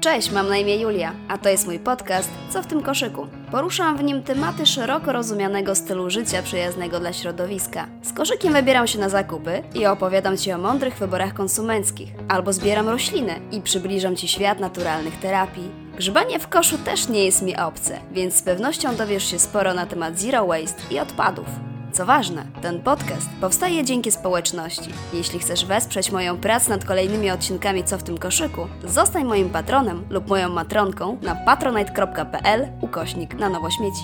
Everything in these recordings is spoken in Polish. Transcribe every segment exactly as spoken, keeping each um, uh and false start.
Cześć, mam na imię Julia, a to jest mój podcast Co w tym koszyku? Poruszam w nim tematy szeroko rozumianego stylu życia przyjaznego dla środowiska. Z koszykiem wybieram się na zakupy i opowiadam Ci o mądrych wyborach konsumenckich, albo zbieram rośliny i przybliżam Ci świat naturalnych terapii. Grzebanie w koszu też nie jest mi obce, więc z pewnością dowiesz się sporo na temat zero waste i odpadów. Co ważne, ten podcast powstaje dzięki społeczności. Jeśli chcesz wesprzeć moją pracę nad kolejnymi odcinkami Co w tym koszyku, zostań moim patronem lub moją matronką na patronite kropka p l ukośnik na nowo śmieci.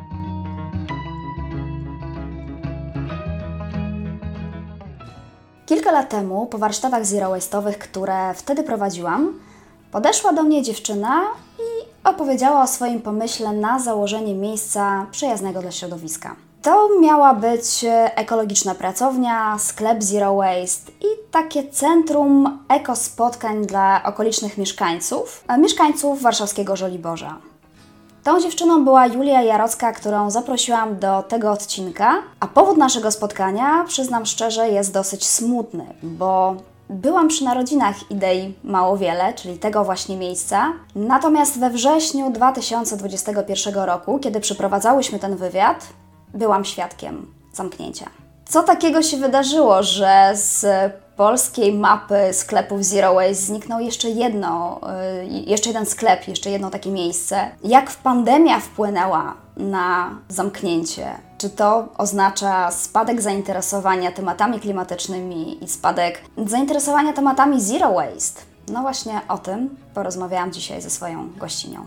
Kilka lat temu, po warsztatach zero waste'owych, które wtedy prowadziłam, podeszła do mnie dziewczyna i opowiedziała o swoim pomyśle na założenie miejsca przyjaznego dla środowiska. To miała być ekologiczna pracownia, sklep zero waste i takie centrum ekospotkań dla okolicznych mieszkańców, mieszkańców warszawskiego Żoliborza. Tą dziewczyną była Julia Jarocka, którą zaprosiłam do tego odcinka, a powód naszego spotkania, przyznam szczerze, jest dosyć smutny, bo byłam przy narodzinach idei Mało Wiele, czyli tego właśnie miejsca, natomiast we wrześniu dwa tysiące dwudziestego pierwszego roku, kiedy przeprowadzałyśmy ten wywiad, byłam świadkiem zamknięcia. Co takiego się wydarzyło, że z polskiej mapy sklepów zero waste zniknął jeszcze jedno, jeszcze jeden sklep, jeszcze jedno takie miejsce? Jak pandemia wpłynęła na zamknięcie? Czy to oznacza spadek zainteresowania tematami klimatycznymi i spadek zainteresowania tematami zero waste? No właśnie o tym porozmawiałam dzisiaj ze swoją gościnią.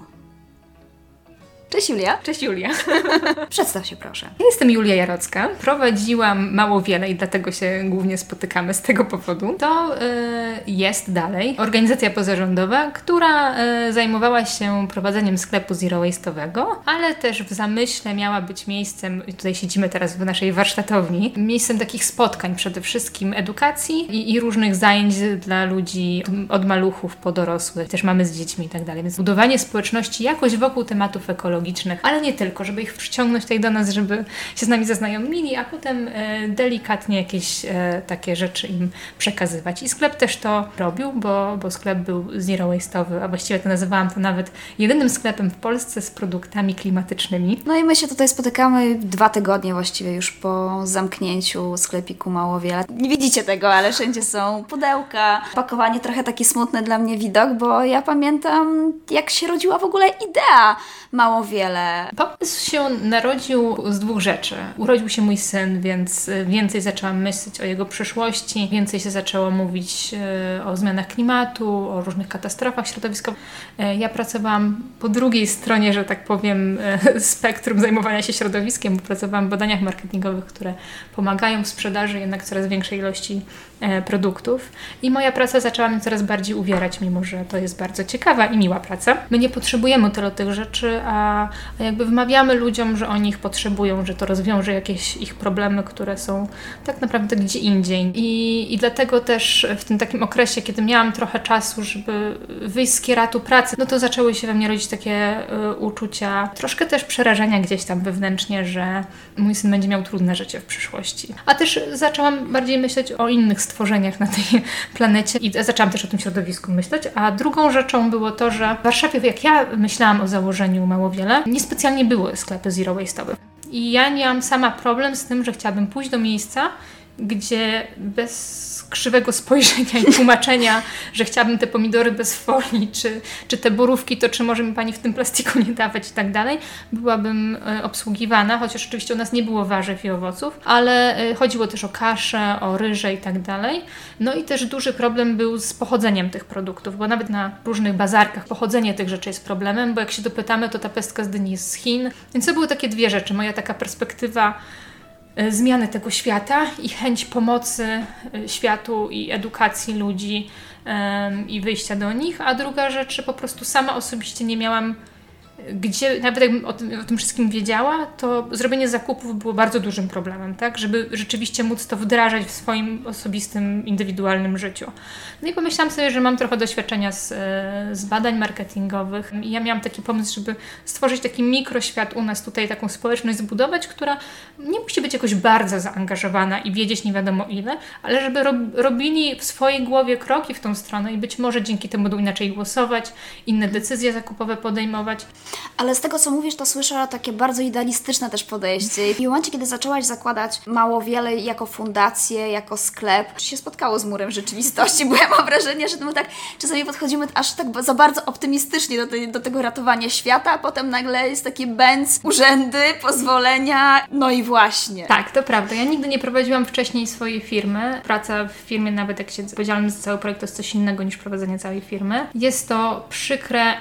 Cześć Julia. Cześć Julia. Przedstaw się proszę. Ja jestem Julia Jarocka. Prowadziłam Mało Wiele i dlatego się głównie spotykamy z tego powodu. To y, jest dalej organizacja pozarządowa, która y, zajmowała się prowadzeniem sklepu zero waste'owego, ale też w zamyśle miała być miejscem, tutaj siedzimy teraz w naszej warsztatowni, miejscem takich spotkań, przede wszystkim edukacji i, i różnych zajęć dla ludzi od maluchów po dorosłych. Też mamy z dziećmi i tak dalej. Więc budowanie społeczności jakoś wokół tematów ekologicznych, ale nie tylko, żeby ich przyciągnąć tutaj do nas, żeby się z nami zaznajomili, a potem e, delikatnie jakieś e, takie rzeczy im przekazywać. I sklep też to robił, bo, bo sklep był zero waste'owy, a właściwie to nazywałam to nawet jedynym sklepem w Polsce z produktami klimatycznymi. No i my się tutaj spotykamy dwa tygodnie właściwie już po zamknięciu sklepiku Mało Wiele. Nie widzicie tego, ale wszędzie są pudełka. Pakowanie trochę taki smutny dla mnie widok, bo ja pamiętam, jak się rodziła w ogóle idea Mało Wiele. Pomysł się narodził z dwóch rzeczy. Urodził się mój syn, więc więcej zaczęłam myśleć o jego przyszłości, więcej się zaczęło mówić e, o zmianach klimatu, o różnych katastrofach środowiskowych. E, ja pracowałam po drugiej stronie, że tak powiem, e, spektrum zajmowania się środowiskiem, bo pracowałam w badaniach marketingowych, które pomagają w sprzedaży jednak coraz większej ilości e, produktów. I moja praca zaczęła mnie coraz bardziej uwierać, mimo że to jest bardzo ciekawa i miła praca. My nie potrzebujemy tylu tych rzeczy, a A jakby wmawiamy ludziom, że oni ich potrzebują, że to rozwiąże jakieś ich problemy, które są tak naprawdę gdzie indziej. I, i dlatego też w tym takim okresie, kiedy miałam trochę czasu, żeby wyjść z kieratu pracy, no to zaczęły się we mnie rodzić takie y, uczucia, troszkę też przerażenia gdzieś tam wewnętrznie, że mój syn będzie miał trudne życie w przyszłości. A też zaczęłam bardziej myśleć o innych stworzeniach na tej planecie i zaczęłam też o tym środowisku myśleć. A drugą rzeczą było to, że w Warszawie, jak ja myślałam o założeniu Mało Wiele, niespecjalnie były sklepy zero waste'owe. I ja miałam sama problem z tym, że chciałabym pójść do miejsca, gdzie bez krzywego spojrzenia i tłumaczenia, że chciałabym te pomidory bez folii, czy, czy te borówki, to czy może mi pani w tym plastiku nie dawać i tak dalej, byłabym e, obsługiwana, chociaż oczywiście u nas nie było warzyw i owoców, ale e, chodziło też o kaszę, o ryże i tak dalej. No i też duży problem był z pochodzeniem tych produktów, bo nawet na różnych bazarkach pochodzenie tych rzeczy jest problemem, bo jak się dopytamy, to ta pestka z dyni jest z Chin. Więc to były takie dwie rzeczy. Moja taka perspektywa zmiany tego świata i chęć pomocy światu i edukacji ludzi um, i wyjścia do nich, a druga rzecz, po prostu sama osobiście nie miałam gdzie nawet jakbym o tym, o tym wszystkim wiedziała, to zrobienie zakupów było bardzo dużym problemem, tak? Żeby rzeczywiście móc to wdrażać w swoim osobistym, indywidualnym życiu. No i pomyślałam sobie, że mam trochę doświadczenia z, z badań marketingowych i ja miałam taki pomysł, żeby stworzyć taki mikroświat u nas tutaj, taką społeczność zbudować, która nie musi być jakoś bardzo zaangażowana i wiedzieć nie wiadomo ile, ale żeby rob, robili w swojej głowie kroki w tą stronę i być może dzięki temu będą inaczej głosować, inne decyzje zakupowe podejmować. Ale z tego, co mówisz, to słyszę takie bardzo idealistyczne też podejście. I w momencie, kiedy zaczęłaś zakładać Mało Wiele jako fundację, jako sklep, czy się spotkało z murem rzeczywistości, bo ja mam wrażenie, że my tak czasami podchodzimy aż tak za bardzo optymistycznie do, te, do tego ratowania świata, a potem nagle jest taki bęc, urzędy, pozwolenia, no i właśnie. Tak, to prawda. Ja nigdy nie prowadziłam wcześniej swojej firmy. Praca w firmie, nawet jak się odpowiedzialnym za cały projekt, to jest coś innego niż prowadzenie całej firmy. Jest to przykre,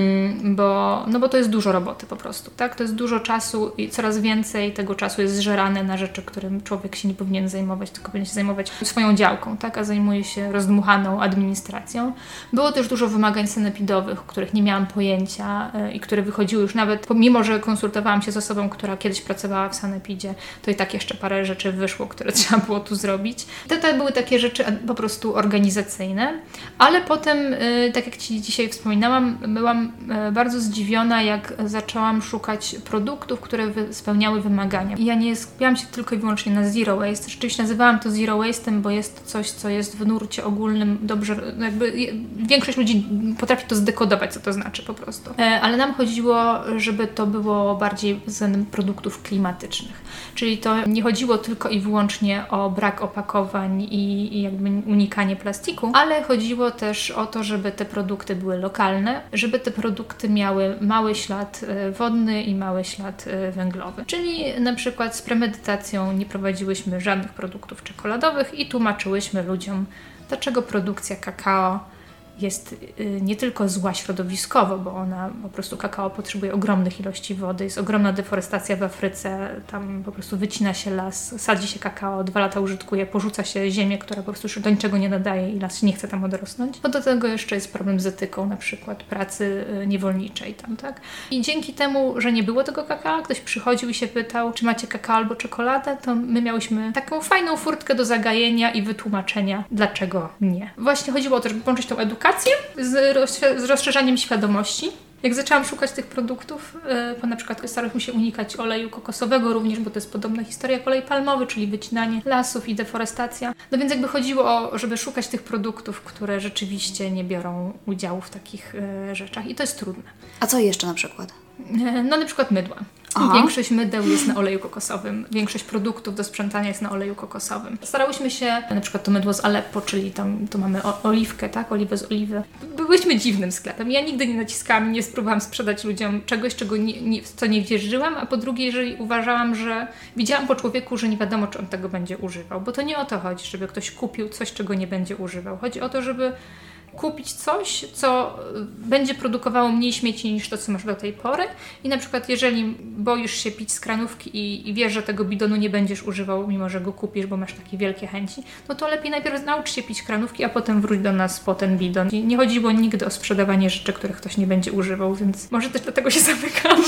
bo, no bo to jest dużo roboty po prostu, tak? To jest dużo czasu i coraz więcej tego czasu jest zżerane na rzeczy, którym człowiek się nie powinien zajmować, tylko powinien się zajmować swoją działką, tak? A zajmuje się rozdmuchaną administracją. Było też dużo wymagań sanepidowych, o których nie miałam pojęcia yy, i które wychodziły już nawet, pomimo że konsultowałam się z osobą, która kiedyś pracowała w sanepidzie, to i tak jeszcze parę rzeczy wyszło, które trzeba było tu zrobić. To, to były takie rzeczy po prostu organizacyjne, ale potem, yy, tak jak Ci dzisiaj wspominałam, byłam yy, bardzo zdziwiona, jak zaczęłam szukać produktów, które wy, spełniały wymagania. I ja nie skupiałam się tylko i wyłącznie na zero waste. Rzeczywiście nazywałam to zero waste'em, bo jest to coś, co jest w nurcie ogólnym dobrze, jakby większość ludzi potrafi to zdekodować, co to znaczy po prostu. E, ale nam chodziło, żeby to było bardziej względem produktów klimatycznych. Czyli to nie chodziło tylko i wyłącznie o brak opakowań i, i jakby unikanie plastiku, ale chodziło też o to, żeby te produkty były lokalne, żeby te produkty miały mały ślad wodny i mały ślad węglowy. Czyli na przykład z premedytacją nie prowadziłyśmy żadnych produktów czekoladowych i tłumaczyłyśmy ludziom, dlaczego produkcja kakao jest nie tylko zła środowiskowo, bo ona po prostu kakao potrzebuje ogromnych ilości wody, jest ogromna deforestacja w Afryce, tam po prostu wycina się las, sadzi się kakao, dwa lata użytkuje, porzuca się ziemię, która po prostu już do niczego nie nadaje i las nie chce tam odrosnąć. Bo do tego jeszcze jest problem z etyką, na przykład pracy niewolniczej tam, tak? I dzięki temu, że nie było tego kakao, ktoś przychodził i się pytał, czy macie kakao albo czekoladę, to my miałyśmy taką fajną furtkę do zagajenia i wytłumaczenia, dlaczego nie. Właśnie chodziło o to, żeby połączyć tą edukację Z, roz, z rozszerzaniem świadomości. Jak zaczęłam szukać tych produktów, bo na przykład staraliśmy się unikać oleju kokosowego również, bo to jest podobna historia jak olej palmowy, czyli wycinanie lasów i deforestacja. No więc jakby chodziło o, żeby szukać tych produktów, które rzeczywiście nie biorą udziału w takich e, rzeczach i to jest trudne. A co jeszcze na przykład? E, no na przykład mydła. Aha. Większość mydeł jest na oleju kokosowym, większość produktów do sprzątania jest na oleju kokosowym. Starałyśmy się, na przykład to mydło z Aleppo, czyli tam tu mamy o, oliwkę, tak, oliwę z oliwy. Byłyśmy dziwnym sklepem. Ja nigdy nie naciskałam, nie spróbowałam sprzedać ludziom czegoś, czego nie, nie, w co nie wierzyłam, a po drugie, jeżeli uważałam, że widziałam po człowieku, że nie wiadomo, czy on tego będzie używał, bo to nie o to chodzi, żeby ktoś kupił coś, czego nie będzie używał. Chodzi o to, żeby kupić coś, co będzie produkowało mniej śmieci niż to, co masz do tej pory i na przykład jeżeli boisz się pić z kranówki i, i wiesz, że tego bidonu nie będziesz używał, mimo że go kupisz, bo masz takie wielkie chęci, no to lepiej najpierw naucz się pić kranówki, a potem wróć do nas po ten bidon. I nie chodziło nigdy o sprzedawanie rzeczy, których ktoś nie będzie używał, więc może też dlatego się zamykamy.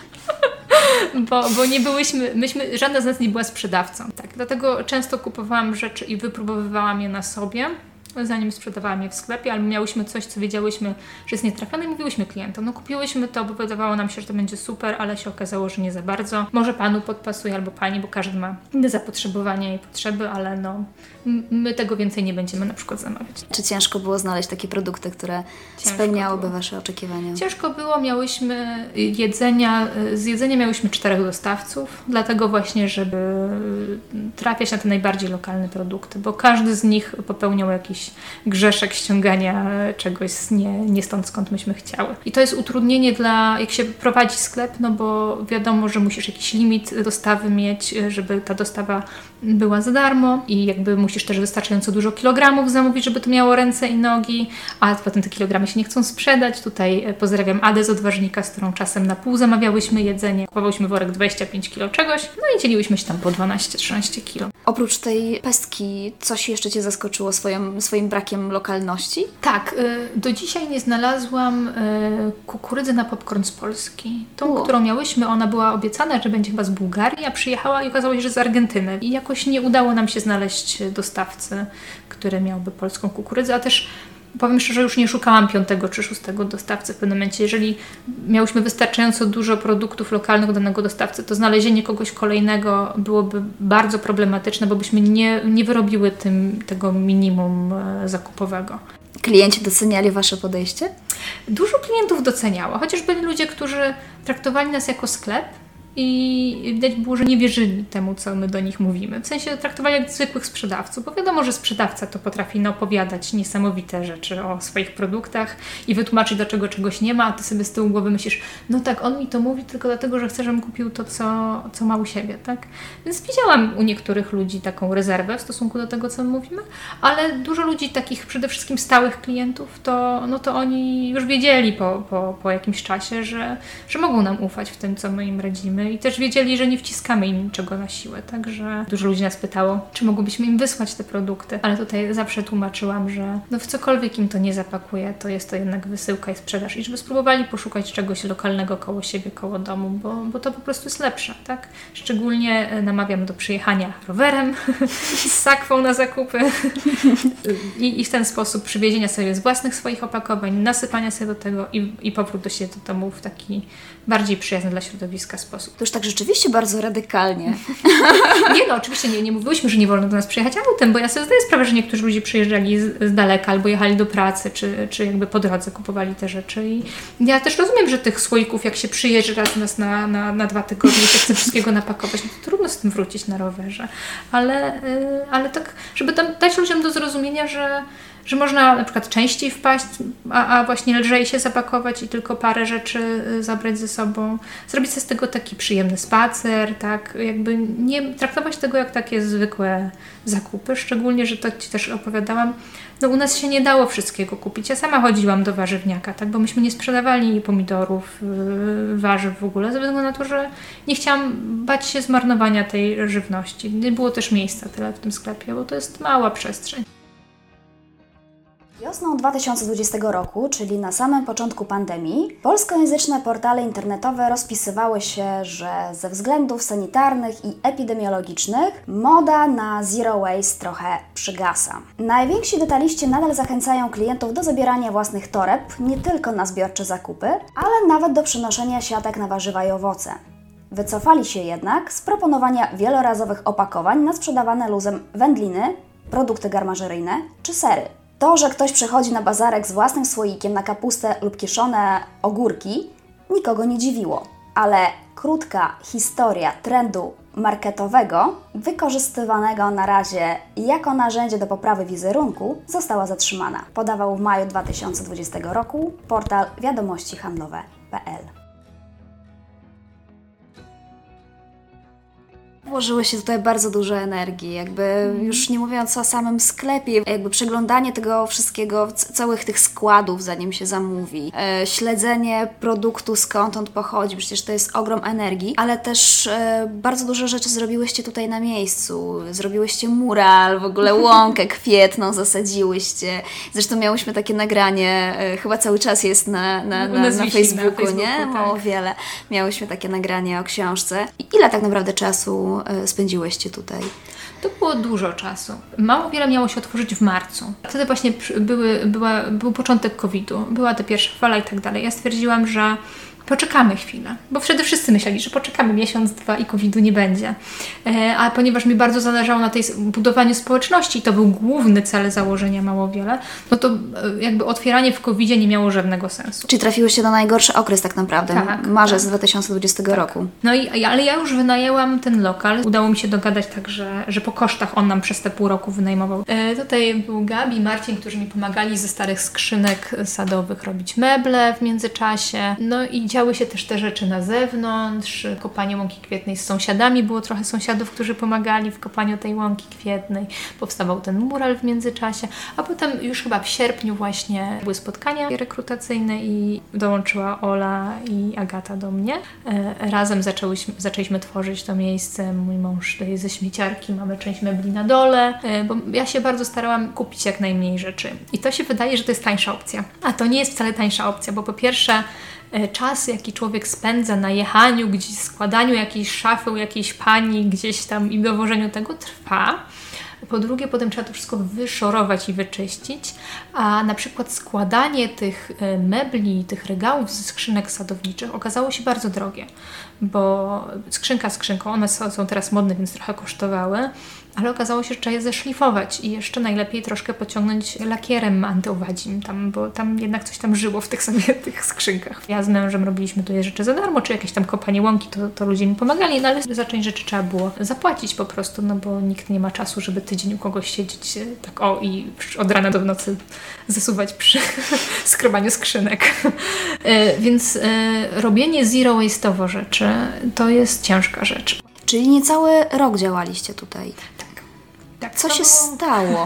Bo, bo nie byłyśmy, myśmy, żadna z nas nie była sprzedawcą. Tak, dlatego często kupowałam rzeczy i wypróbowywałam je na sobie, zanim sprzedawałam je w sklepie, albo miałyśmy coś, co wiedziałyśmy, że jest nietrafione i mówiłyśmy klientom, no kupiłyśmy to, bo wydawało nam się, że to będzie super, ale się okazało, że nie za bardzo. Może Panu podpasuje albo Pani, bo każdy ma inne zapotrzebowania i potrzeby, ale no my tego więcej nie będziemy na przykład zamawiać. Czy ciężko było znaleźć takie produkty, które ciężko spełniałyby było. Wasze oczekiwania? Ciężko było, miałyśmy jedzenia, z jedzenia miałyśmy czterech dostawców, dlatego właśnie, żeby trafiać na te najbardziej lokalne produkty, bo każdy z nich popełniał jakiś grzeszek ściągania czegoś z nie, nie stąd, skąd myśmy chciały. I to jest utrudnienie dla, jak się prowadzi sklep, no bo wiadomo, że musisz jakiś limit dostawy mieć, żeby ta dostawa była za darmo i jakby musisz też wystarczająco dużo kilogramów zamówić, żeby to miało ręce i nogi, a potem te kilogramy się nie chcą sprzedać. Tutaj pozdrawiam Adę z Odważnika, z którą czasem na pół zamawiałyśmy jedzenie. Kupowałyśmy worek dwadzieścia pięć kilo czegoś, no i dzieliłyśmy się tam po dwanaście trzynaście kilo. Oprócz tej pestki, coś jeszcze Cię zaskoczyło swoim, swoim brakiem lokalności? Tak, do dzisiaj nie znalazłam kukurydzy na popcorn z Polski. Tą, U. którą miałyśmy, ona była obiecana, że będzie chyba z Bułgarii, a przyjechała i okazało się, że z Argentyny. I jakoś nie udało nam się znaleźć dostawcy, który miałby polską kukurydzę, a też powiem szczerze, już nie szukałam piątego czy szóstego dostawcy w pewnym momencie. Jeżeli miałyśmy wystarczająco dużo produktów lokalnych danego dostawcy, to znalezienie kogoś kolejnego byłoby bardzo problematyczne, bo byśmy nie, nie wyrobiły tym, tego minimum zakupowego. Klienci doceniali Wasze podejście? Dużo klientów doceniało, chociaż byli ludzie, którzy traktowali nas jako sklep i widać było, że nie wierzyli temu, co my do nich mówimy. W sensie traktowali jak zwykłych sprzedawców, bo wiadomo, że sprzedawca to potrafi opowiadać niesamowite rzeczy o swoich produktach i wytłumaczyć, dlaczego czegoś nie ma, a ty sobie z tyłu głowy myślisz, no tak, on mi to mówi tylko dlatego, że chce, żebym kupił to, co, co ma u siebie, tak? Więc widziałam u niektórych ludzi taką rezerwę w stosunku do tego, co my mówimy, ale dużo ludzi, takich przede wszystkim stałych klientów, to, no to oni już wiedzieli po, po, po jakimś czasie, że, że mogą nam ufać w tym, co my im radzimy. I też wiedzieli, że nie wciskamy im niczego na siłę, także dużo ludzi nas pytało, czy mogłybyśmy im wysłać te produkty, ale tutaj zawsze tłumaczyłam, że no w cokolwiek im to nie zapakuje, to jest to jednak wysyłka i sprzedaż i żeby spróbowali poszukać czegoś lokalnego koło siebie, koło domu, bo, bo to po prostu jest lepsze, tak? Szczególnie namawiam do przyjechania rowerem z sakwą na zakupy I, i w ten sposób przywiezienia sobie z własnych swoich opakowań, nasypania sobie do tego i, i powrót do siebie do domu w taki bardziej przyjazny dla środowiska sposób. To już tak rzeczywiście bardzo radykalnie. Nie no, oczywiście nie, nie mówiłyśmy, że nie wolno do nas przyjechać autem, bo ja sobie zdaję sprawę, że niektórzy ludzie przyjeżdżali z, z daleka albo jechali do pracy, czy, czy jakby po drodze kupowali te rzeczy. I ja też rozumiem, że tych słoików, jak się przyjeżdża raz nas na, na, na dwa tygodnie, to chce wszystkiego napakować, no to trudno z tym wrócić na rowerze. Ale, yy, ale tak, żeby tam dać ludziom do zrozumienia, że że można na przykład częściej wpaść, a, a właśnie lżej się zapakować i tylko parę rzeczy zabrać ze sobą. Zrobić sobie z tego taki przyjemny spacer, tak? Jakby nie traktować tego jak takie zwykłe zakupy, szczególnie, że to Ci też opowiadałam. No u nas się nie dało wszystkiego kupić. Ja sama chodziłam do warzywniaka, tak? Bo myśmy nie sprzedawali pomidorów, warzyw w ogóle, ze względu na to, że nie chciałam bać się zmarnowania tej żywności. Nie było też miejsca tyle w tym sklepie, bo to jest mała przestrzeń. Wiosną dwa tysiące dwudziestego roku, czyli na samym początku pandemii, polskojęzyczne portale internetowe rozpisywały się, że ze względów sanitarnych i epidemiologicznych moda na zero waste trochę przygasa. Najwięksi detaliści nadal zachęcają klientów do zabierania własnych toreb, nie tylko na zbiorcze zakupy, ale nawet do przenoszenia siatek na warzywa i owoce. Wycofali się jednak z proponowania wielorazowych opakowań na sprzedawane luzem wędliny, produkty garmażeryjne czy sery. To, że ktoś przychodzi na bazarek z własnym słoikiem na kapustę lub kiszone ogórki, nikogo nie dziwiło. Ale krótka historia trendu marketowego, wykorzystywanego na razie jako narzędzie do poprawy wizerunku, została zatrzymana. Podawał w maju dwa tysiące dwudziestego roku portal wiadomości handlowe kropka pe el. Włożyły się tutaj bardzo dużo energii, jakby mm. już nie mówiąc o samym sklepie, jakby przeglądanie tego wszystkiego, c- całych tych składów, zanim się zamówi, e, śledzenie produktu, skąd on pochodzi, przecież to jest ogrom energii, ale też e, bardzo dużo rzeczy zrobiłyście tutaj na miejscu. Zrobiłyście mural, w ogóle łąkę kwietną zasadziłyście. Zresztą miałyśmy takie nagranie, e, chyba cały czas jest na, na, na, na, Facebooku, na Facebooku, nie? Tak. Mało wiele. Miałyśmy takie nagranie o książce. I ile tak naprawdę czasu spędziłyście tutaj? To było dużo czasu. Mało wiele miało się otworzyć w marcu. Wtedy właśnie były, była, był początek kowidu, była ta pierwsza fala i tak dalej. Ja stwierdziłam, że poczekamy chwilę, bo wtedy wszyscy myśleli, że poczekamy miesiąc, dwa i kowidu nie będzie. E, a ponieważ mi bardzo zależało na tej budowaniu społeczności i to był główny cel założenia Mało Wiele, no to e, jakby otwieranie w kowidzie nie miało żadnego sensu. Czyli trafiłyście na najgorszy okres tak naprawdę, tak, marzec tak. dwa tysiące dwudziestego tak. roku. No i, ale ja już wynajęłam ten lokal. Udało mi się dogadać tak, że, że po kosztach on nam przez te pół roku wynajmował. E, tutaj był Gabi i Marcin, którzy mi pomagali ze starych skrzynek sadowych robić meble w międzyczasie. No i działy się też te rzeczy na zewnątrz, kopanie łąki kwietnej z sąsiadami, było trochę sąsiadów, którzy pomagali w kopaniu tej łąki kwietnej, powstawał ten mural w międzyczasie, a potem już chyba w sierpniu właśnie były spotkania rekrutacyjne i dołączyła Ola i Agata do mnie. Razem zaczęłyśmy, zaczęliśmy tworzyć to miejsce, mój mąż tutaj ze śmieciarki, mamy część mebli na dole, bo ja się bardzo starałam kupić jak najmniej rzeczy i to się wydaje, że to jest tańsza opcja, a to nie jest wcale tańsza opcja, bo po pierwsze czas, jaki człowiek spędza na jechaniu, gdzieś składaniu jakiejś szafy u jakiejś pani gdzieś tam i dowożeniu tego trwa. Po drugie, potem trzeba to wszystko wyszorować i wyczyścić, a na przykład składanie tych mebli, tych regałów ze skrzynek sadowniczych okazało się bardzo drogie, bo skrzynka skrzynką, one są, są teraz modne, więc trochę kosztowały, ale okazało się, że trzeba je zeszlifować i jeszcze najlepiej troszkę pociągnąć lakierem antyowadziim, tam, bo tam jednak coś tam żyło w tych sobie tych skrzynkach. Ja z mężem robiliśmy tu je rzeczy za darmo, czy jakieś tam kopanie łąki, to, to ludzie mi pomagali, no ale za część rzeczy trzeba było zapłacić po prostu, no bo nikt nie ma czasu, żeby tydzień u kogoś siedzieć tak o i od rana do nocy zasuwać przy skrobaniu skrzynek. e, więc e, robienie zero waste'owo rzeczy to jest ciężka rzecz. Czyli niecały rok działaliście tutaj. Tak, Co to się było... stało?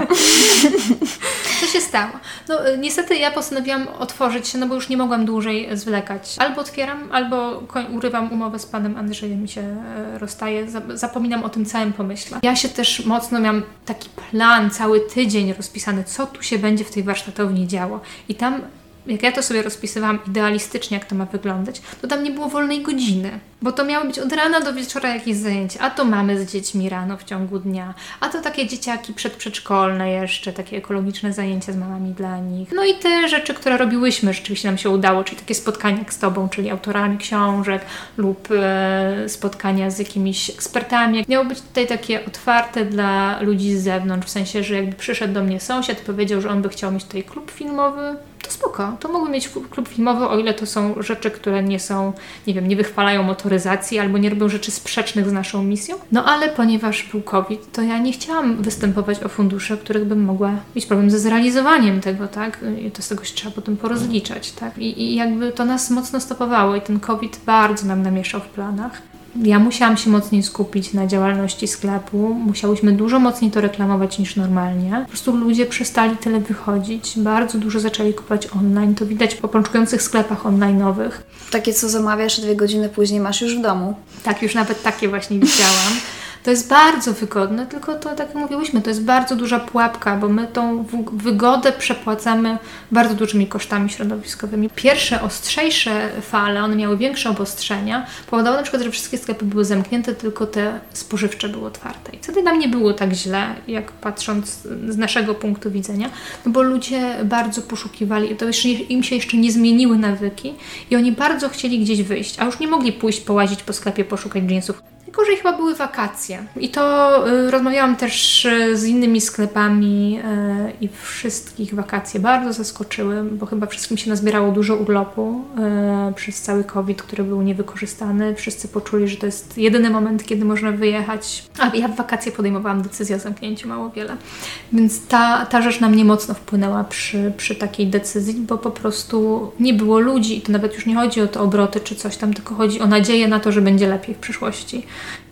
Co się stało? No niestety ja postanowiłam otworzyć się, no bo już nie mogłam dłużej zwlekać. Albo otwieram, albo urywam umowę z panem Andrzejem i się e, rozstaję. Zapominam o tym całym pomyśle. Ja się też mocno miałam taki plan, cały tydzień rozpisany, co tu się będzie w tej warsztatowni działo. I tam, jak ja to sobie rozpisywałam idealistycznie, jak to ma wyglądać, to tam nie było wolnej godziny. Bo to miały być od rana do wieczora jakieś zajęcia. A to mamy z dziećmi rano w ciągu dnia. A to takie dzieciaki przedprzedszkolne jeszcze, takie ekologiczne zajęcia z mamami dla nich. No i te rzeczy, które robiłyśmy, rzeczywiście nam się udało, czyli takie spotkania jak z Tobą, czyli autorami książek lub e, spotkania z jakimiś ekspertami. Miało być tutaj takie otwarte dla ludzi z zewnątrz, w sensie, że jakby przyszedł do mnie sąsiad i powiedział, że on by chciał mieć tutaj klub filmowy, to spoko, to mógłby mieć klub filmowy, o ile to są rzeczy, które nie są, nie wiem, nie wychwalają motoryzacji albo nie robią rzeczy sprzecznych z naszą misją. No ale ponieważ był COVID, to ja nie chciałam występować o fundusze, których bym mogła mieć problem ze zrealizowaniem tego, tak? I to z tego się trzeba potem porozliczać, tak? I, i jakby to nas mocno stopowało i ten COVID bardzo nam namieszał w planach. Ja musiałam się mocniej skupić na działalności sklepu, musiałyśmy dużo mocniej to reklamować niż normalnie. Po prostu ludzie przestali tyle wychodzić, bardzo dużo zaczęli kupować online, to widać po pączkujących sklepach online'owych. Takie, co zamawiasz, dwie godziny później masz już w domu. Tak, już nawet takie właśnie widziałam. To jest bardzo wygodne, tylko to, tak jak mówiłyśmy, to jest bardzo duża pułapka, bo my tą wygodę przepłacamy bardzo dużymi kosztami środowiskowymi. Pierwsze, ostrzejsze fale, one miały większe obostrzenia, powodowały na przykład, że wszystkie sklepy były zamknięte, tylko te spożywcze były otwarte. I wtedy nam nie było tak źle, jak patrząc z naszego punktu widzenia, no bo ludzie bardzo poszukiwali, to jeszcze, im się jeszcze nie zmieniły nawyki i oni bardzo chcieli gdzieś wyjść, a już nie mogli pójść, połazić po sklepie, poszukać jeansów. Tylko, że chyba były wakacje. I to y, rozmawiałam też y, z innymi sklepami y, i wszystkich wakacje bardzo zaskoczyły, bo chyba wszystkim się nazbierało dużo urlopu y, przez cały COVID, który był niewykorzystany. Wszyscy poczuli, że to jest jedyny moment, kiedy można wyjechać. A ja w wakacje podejmowałam decyzję o zamknięciu, mało wiele. Więc ta, ta rzecz na mnie mocno wpłynęła przy, przy takiej decyzji, bo po prostu nie było ludzi i to nawet już nie chodzi o te obroty czy coś tam, tylko chodzi o nadzieję na to, że będzie lepiej w przyszłości.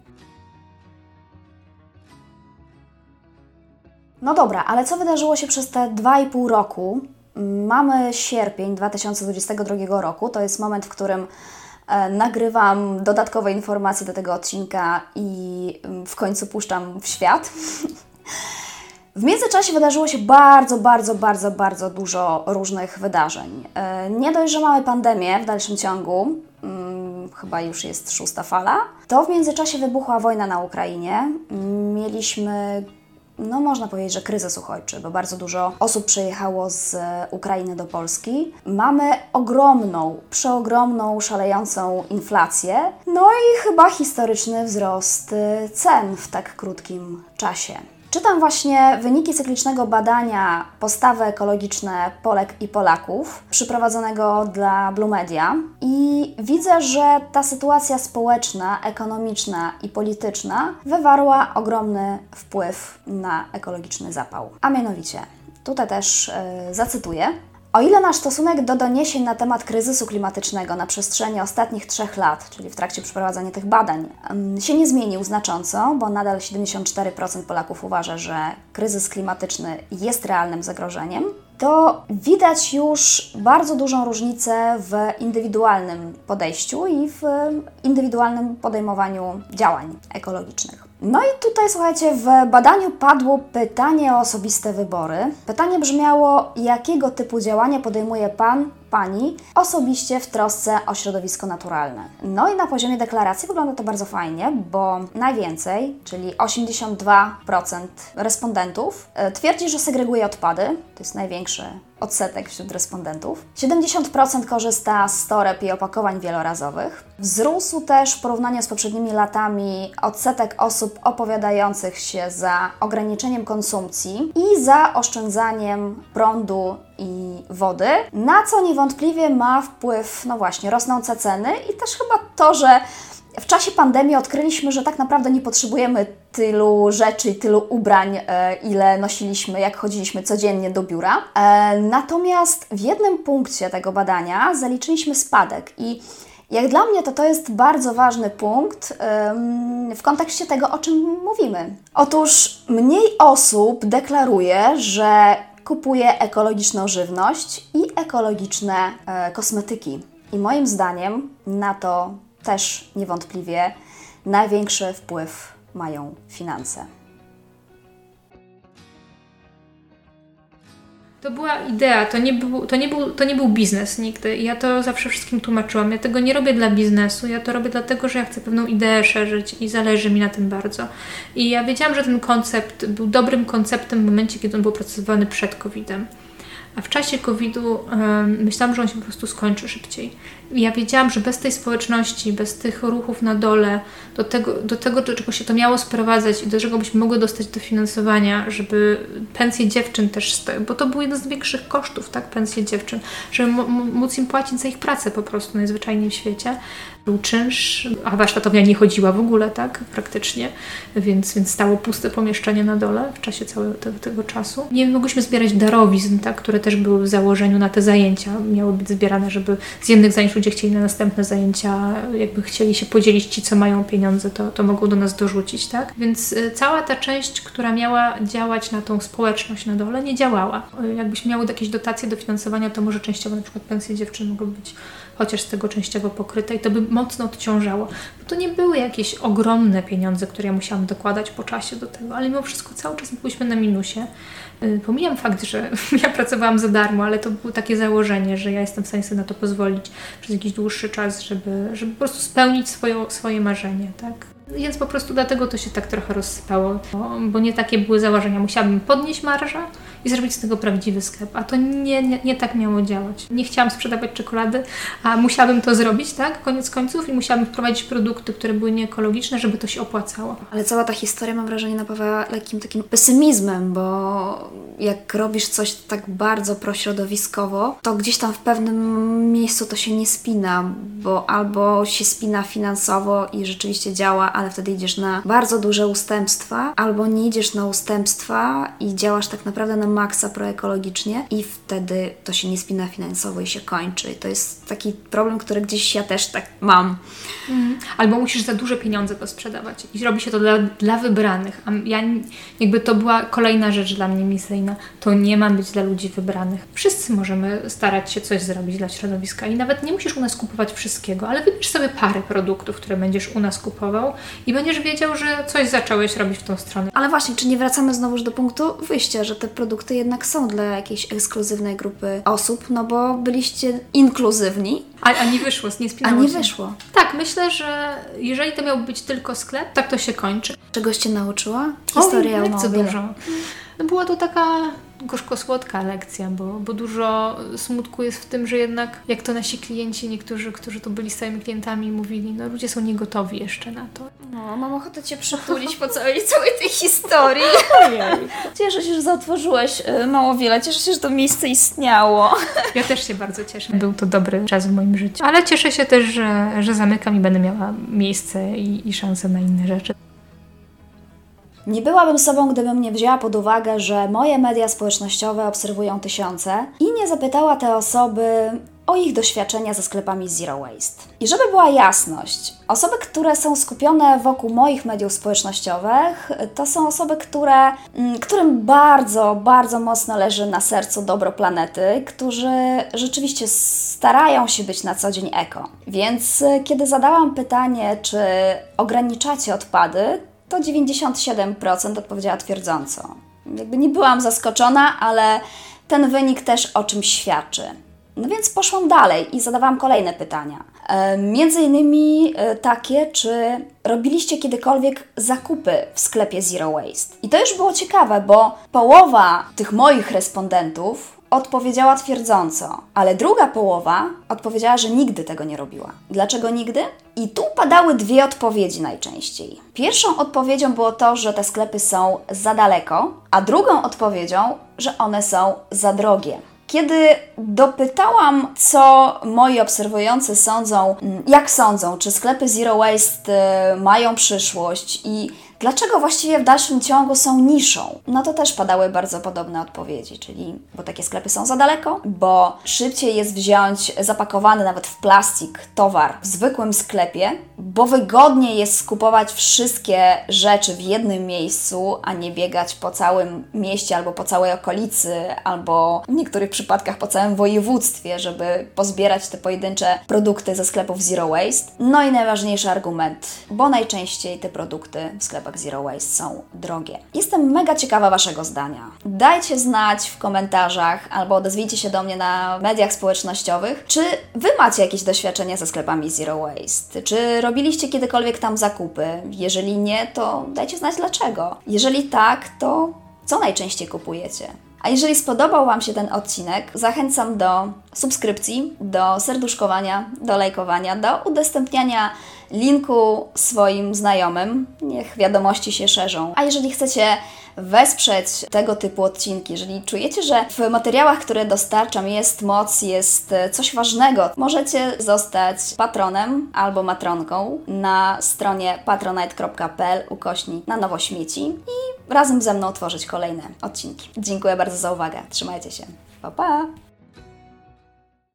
No dobra, ale co wydarzyło się przez te dwa i pół roku? Mamy sierpień dwa tysiące dwudziestego drugiego roku, to jest moment, w którym e, nagrywam dodatkowe informacje do tego odcinka i w końcu puszczam w świat. W międzyczasie wydarzyło się bardzo, bardzo, bardzo, bardzo dużo różnych wydarzeń. E, nie dość, że mamy pandemię w dalszym ciągu, hmm, chyba już jest szósta fala, to w międzyczasie wybuchła wojna na Ukrainie. Mieliśmy no można powiedzieć, że kryzys uchodźczy, bo bardzo dużo osób przyjechało z Ukrainy do Polski. Mamy ogromną, przeogromną, szalejącą inflację, no i chyba historyczny wzrost cen w tak krótkim czasie. Czytam właśnie wyniki cyklicznego badania Postawy ekologiczne Polek i Polaków, przeprowadzonego dla Blue Media i widzę, że ta sytuacja społeczna, ekonomiczna i polityczna wywarła ogromny wpływ na ekologiczny zapał. A mianowicie, tutaj też yy, zacytuję, O ile nasz stosunek do doniesień na temat kryzysu klimatycznego na przestrzeni ostatnich trzech lat, czyli w trakcie przeprowadzania tych badań, się nie zmienił znacząco, bo nadal siedemdziesiąt cztery procent Polaków uważa, że kryzys klimatyczny jest realnym zagrożeniem, to widać już bardzo dużą różnicę w indywidualnym podejściu i w indywidualnym podejmowaniu działań ekologicznych. No i tutaj, słuchajcie, w badaniu padło pytanie o osobiste wybory. Pytanie brzmiało, jakiego typu działania podejmuje Pan, Pani osobiście w trosce o środowisko naturalne. No i na poziomie deklaracji wygląda to bardzo fajnie, bo najwięcej, czyli osiemdziesiąt dwa procent respondentów twierdzi, że segreguje odpady. To jest największy odsetek wśród respondentów. siedemdziesiąt procent korzysta z toreb i opakowań wielorazowych. Wzrósł też w porównaniu z poprzednimi latami odsetek osób opowiadających się za ograniczeniem konsumpcji i za oszczędzaniem prądu i wody, na co niewątpliwie ma wpływ, no właśnie, rosnące ceny i też chyba to, że w czasie pandemii odkryliśmy, że tak naprawdę nie potrzebujemy tylu rzeczy i tylu ubrań, e, ile nosiliśmy, jak chodziliśmy codziennie do biura. E, natomiast w jednym punkcie tego badania zaliczyliśmy spadek i jak dla mnie to to jest bardzo ważny punkt ym, w kontekście tego, o czym mówimy. Otóż mniej osób deklaruje, że kupuje ekologiczną żywność i ekologiczne e, kosmetyki. I moim zdaniem na to też niewątpliwie największy wpływ mają finanse. To była idea, to nie był, to nie był, to nie był biznes nigdy. Ja to zawsze wszystkim tłumaczyłam. Ja tego nie robię dla biznesu, ja to robię dlatego, że ja chcę pewną ideę szerzyć i zależy mi na tym bardzo. I ja wiedziałam, że ten koncept był dobrym konceptem w momencie, kiedy on był opracowywany przed kowidem. A w czasie kowidu um, myślałam, że on się po prostu skończy szybciej. I ja wiedziałam, że bez tej społeczności, bez tych ruchów na dole, do tego, do tego, do czego się to miało sprowadzać i do czego byśmy mogły dostać dofinansowania, żeby pensje dziewczyn też, bo to był jeden z większych kosztów, tak, pensje dziewczyn, żeby móc im płacić za ich pracę po prostu najzwyczajniej w świecie. Był czynsz, a warsztatownia nie chodziła w ogóle, tak, praktycznie, więc, więc stało puste pomieszczenie na dole w czasie całego tego, tego czasu. Nie mogłyśmy zbierać darowizn, tak, które też były w założeniu na te zajęcia, miały być zbierane, żeby z jednych zajęć ludzie chcieli na następne zajęcia, jakby chcieli się podzielić, ci co mają pieniądze, to, to mogą do nas dorzucić, tak? Więc y, cała ta część, która miała działać na tą społeczność na dole, nie działała. Y, jakbyśmy miały jakieś dotacje, dofinansowania, to może częściowo na przykład pensje dziewczyn mogły być chociaż z tego częściowo pokryte i to by mocno odciążało. Bo to nie były jakieś ogromne pieniądze, które ja musiałam dokładać po czasie do tego, ale mimo wszystko cały czas byliśmy na minusie. Pomijam fakt, że ja pracowałam za darmo, ale to było takie założenie, że ja jestem w stanie sobie na to pozwolić przez jakiś dłuższy czas, żeby, żeby po prostu spełnić swoje, swoje marzenie, tak? Więc po prostu dlatego to się tak trochę rozsypało, bo, bo nie takie były założenia. Musiałabym podnieść marżę i zrobić z tego prawdziwy sklep, a to nie, nie, nie tak miało działać. Nie chciałam sprzedawać czekolady, a musiałabym to zrobić, tak, koniec końców i musiałabym wprowadzić produkty, które były nieekologiczne, żeby to się opłacało. Ale cała ta historia, mam wrażenie, napawa lekkim takim pesymizmem, bo jak robisz coś tak bardzo prośrodowiskowo, to gdzieś tam w pewnym miejscu to się nie spina, bo albo się spina finansowo i rzeczywiście działa, ale wtedy idziesz na bardzo duże ustępstwa, albo nie idziesz na ustępstwa i działasz tak naprawdę na maksa proekologicznie i wtedy to się nie spina finansowo i się kończy. I to jest taki problem, który gdzieś ja też tak mam. Mm. Albo musisz za duże pieniądze to sprzedawać i robi się to dla, dla wybranych. A ja, jakby to była kolejna rzecz dla mnie misyjna. To nie ma być dla ludzi wybranych. Wszyscy możemy starać się coś zrobić dla środowiska i nawet nie musisz u nas kupować wszystkiego, ale wybierz sobie parę produktów, które będziesz u nas kupował i będziesz wiedział, że coś zacząłeś robić w tą stronę. Ale właśnie, czy nie wracamy znowuż do punktu wyjścia, że te produkty jednak są dla jakiejś ekskluzywnej grupy osób, no bo byliście inkluzywni. A, a nie wyszło, nie spinało A nie się. wyszło. Tak, myślę, że jeżeli to miał być tylko sklep, tak to się kończy. Czegoś Cię nauczyła? Historia o, o co dużo. No była to taka gorzko-słodka lekcja, bo, bo dużo smutku jest w tym, że jednak jak to nasi klienci, niektórzy, którzy tu byli stałymi klientami, mówili, no ludzie są niegotowi jeszcze na to. No, mam ochotę Cię przytulić po całej, całej tej historii. Ojej. Cieszę się, że zaotworzyłeś mało wiele. Cieszę się, że to miejsce istniało. Ja też się bardzo cieszę. Był to dobry czas w moim życiu. Ale cieszę się też, że, że zamykam i będę miała miejsce i, i szansę na inne rzeczy. Nie byłabym sobą, gdybym nie wzięła pod uwagę, że moje media społecznościowe obserwują tysiące i nie zapytała te osoby o ich doświadczenia ze sklepami Zero Waste. I żeby była jasność, osoby, które są skupione wokół moich mediów społecznościowych, to są osoby, które, którym bardzo, bardzo mocno leży na sercu dobro planety, którzy rzeczywiście starają się być na co dzień eko. Więc kiedy zadałam pytanie, czy ograniczacie odpady, to dziewięćdziesiąt siedem procent odpowiedziała twierdząco. Jakby nie byłam zaskoczona, ale ten wynik też o czymś świadczy. No więc poszłam dalej i zadawałam kolejne pytania. E, między innymi e, takie, czy robiliście kiedykolwiek zakupy w sklepie Zero Waste? I to już było ciekawe, bo połowa tych moich respondentów odpowiedziała twierdząco, ale druga połowa odpowiedziała, że nigdy tego nie robiła. Dlaczego nigdy? I tu padały dwie odpowiedzi najczęściej. Pierwszą odpowiedzią było to, że te sklepy są za daleko, a drugą odpowiedzią, że one są za drogie. Kiedy dopytałam, co moi obserwujący sądzą, jak sądzą, czy sklepy Zero Waste mają przyszłość i dlaczego właściwie w dalszym ciągu są niszą, no to też padały bardzo podobne odpowiedzi, czyli bo takie sklepy są za daleko, bo szybciej jest wziąć zapakowany nawet w plastik towar w zwykłym sklepie, bo wygodniej jest skupować wszystkie rzeczy w jednym miejscu, a nie biegać po całym mieście albo po całej okolicy, albo w niektórych przypadkach po całym województwie, żeby pozbierać te pojedyncze produkty ze sklepów Zero Waste. No i najważniejszy argument, bo najczęściej te produkty w sklepach Zero Waste są drogie. Jestem mega ciekawa Waszego zdania. Dajcie znać w komentarzach albo odezwijcie się do mnie na mediach społecznościowych, czy Wy macie jakieś doświadczenia ze sklepami Zero Waste? Czy robiliście kiedykolwiek tam zakupy? Jeżeli nie, to dajcie znać dlaczego. Jeżeli tak, to co najczęściej kupujecie? A jeżeli spodobał Wam się ten odcinek, zachęcam do subskrypcji, do serduszkowania, do lajkowania, do udostępniania linku swoim znajomym. Niech wiadomości się szerzą. A jeżeli chcecie wesprzeć tego typu odcinki, jeżeli czujecie, że w materiałach, które dostarczam jest moc, jest coś ważnego, możecie zostać patronem albo matronką na stronie patronite kropka p l ukośnik na nowo śmieci i razem ze mną tworzyć kolejne odcinki. Dziękuję bardzo za uwagę. Trzymajcie się. Pa, pa!